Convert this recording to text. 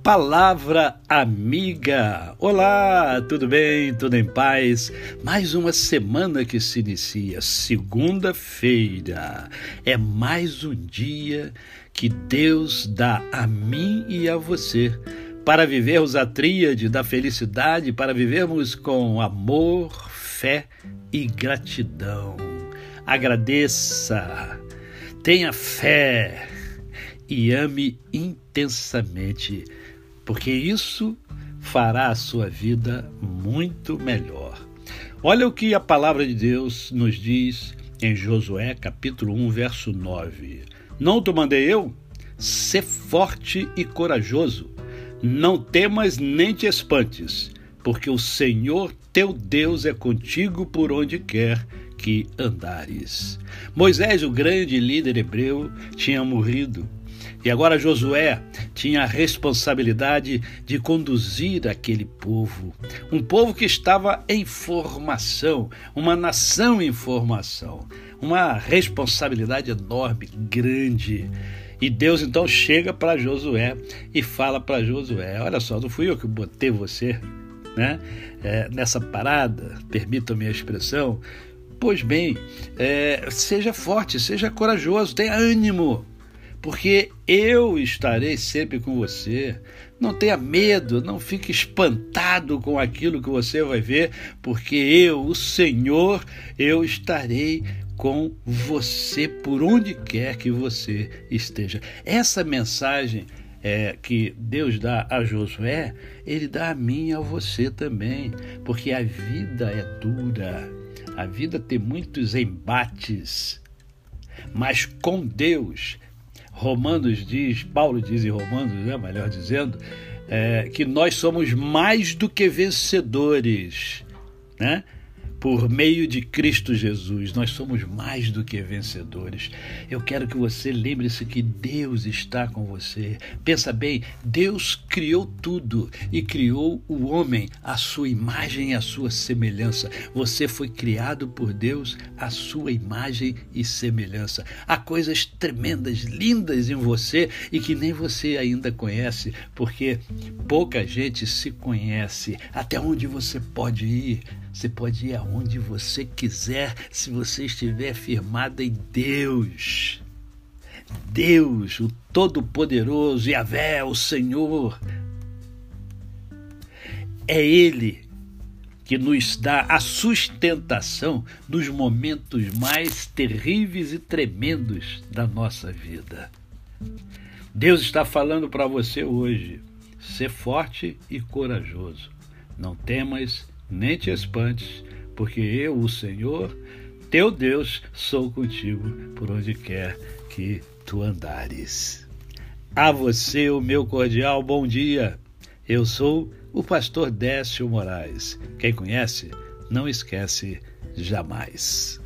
Palavra amiga. Olá, tudo bem? Tudo em paz? Mais uma semana que se inicia, segunda-feira. É mais um dia que Deus dá a mim e a você para vivermos a tríade da felicidade, para vivermos com amor, fé e gratidão. Agradeça, tenha fé e ame intensamente, porque isso fará a sua vida muito melhor. Olha o que a palavra de Deus nos diz em Josué, capítulo 1, verso 9. Não te mandei eu? Sê forte e corajoso. Não temas nem te espantes, porque o Senhor teu Deus é contigo por onde quer que andares. Moisés, o grande líder hebreu, tinha morrido. E agora Josué tinha a responsabilidade de conduzir aquele povo. Um povo que estava em formação, uma nação em formação. Uma responsabilidade enorme, grande. E Deus então chega para Josué e fala para Josué: olha só, não fui eu que botei você, né, nessa parada, permitam-me a expressão. Pois bem, seja forte, seja corajoso, tenha ânimo, porque eu estarei sempre com você. Não tenha medo, não fique espantado com aquilo que você vai ver, porque eu, o Senhor, eu estarei com você por onde quer que você esteja. Essa mensagem que Deus dá a Josué, Ele dá a mim e a você também, porque a vida é dura, a vida tem muitos embates, mas com Deus, Paulo diz em Romanos, melhor dizendo, que nós somos mais do que vencedores, né? Por meio de Cristo Jesus, nós somos mais do que vencedores. Eu quero que você lembre-se que Deus está com você. Pensa bem, Deus criou tudo e criou o homem à sua imagem e à sua semelhança. Você foi criado por Deus à sua imagem e semelhança. Há coisas tremendas, lindas em você e que nem você ainda conhece, porque pouca gente se conhece. Até onde você pode ir? Você pode ir aonde você quiser, se você estiver firmado em Deus. Deus, o Todo-Poderoso, Yahvé, o Senhor. É Ele que nos dá a sustentação nos momentos mais terríveis e tremendos da nossa vida. Deus está falando para você hoje: ser forte e corajoso. Não temas nem te espantes, porque eu, o Senhor, teu Deus, sou contigo por onde quer que tu andares. A você o meu cordial bom dia. Eu sou o pastor Décio Moraes. Quem conhece, não esquece jamais.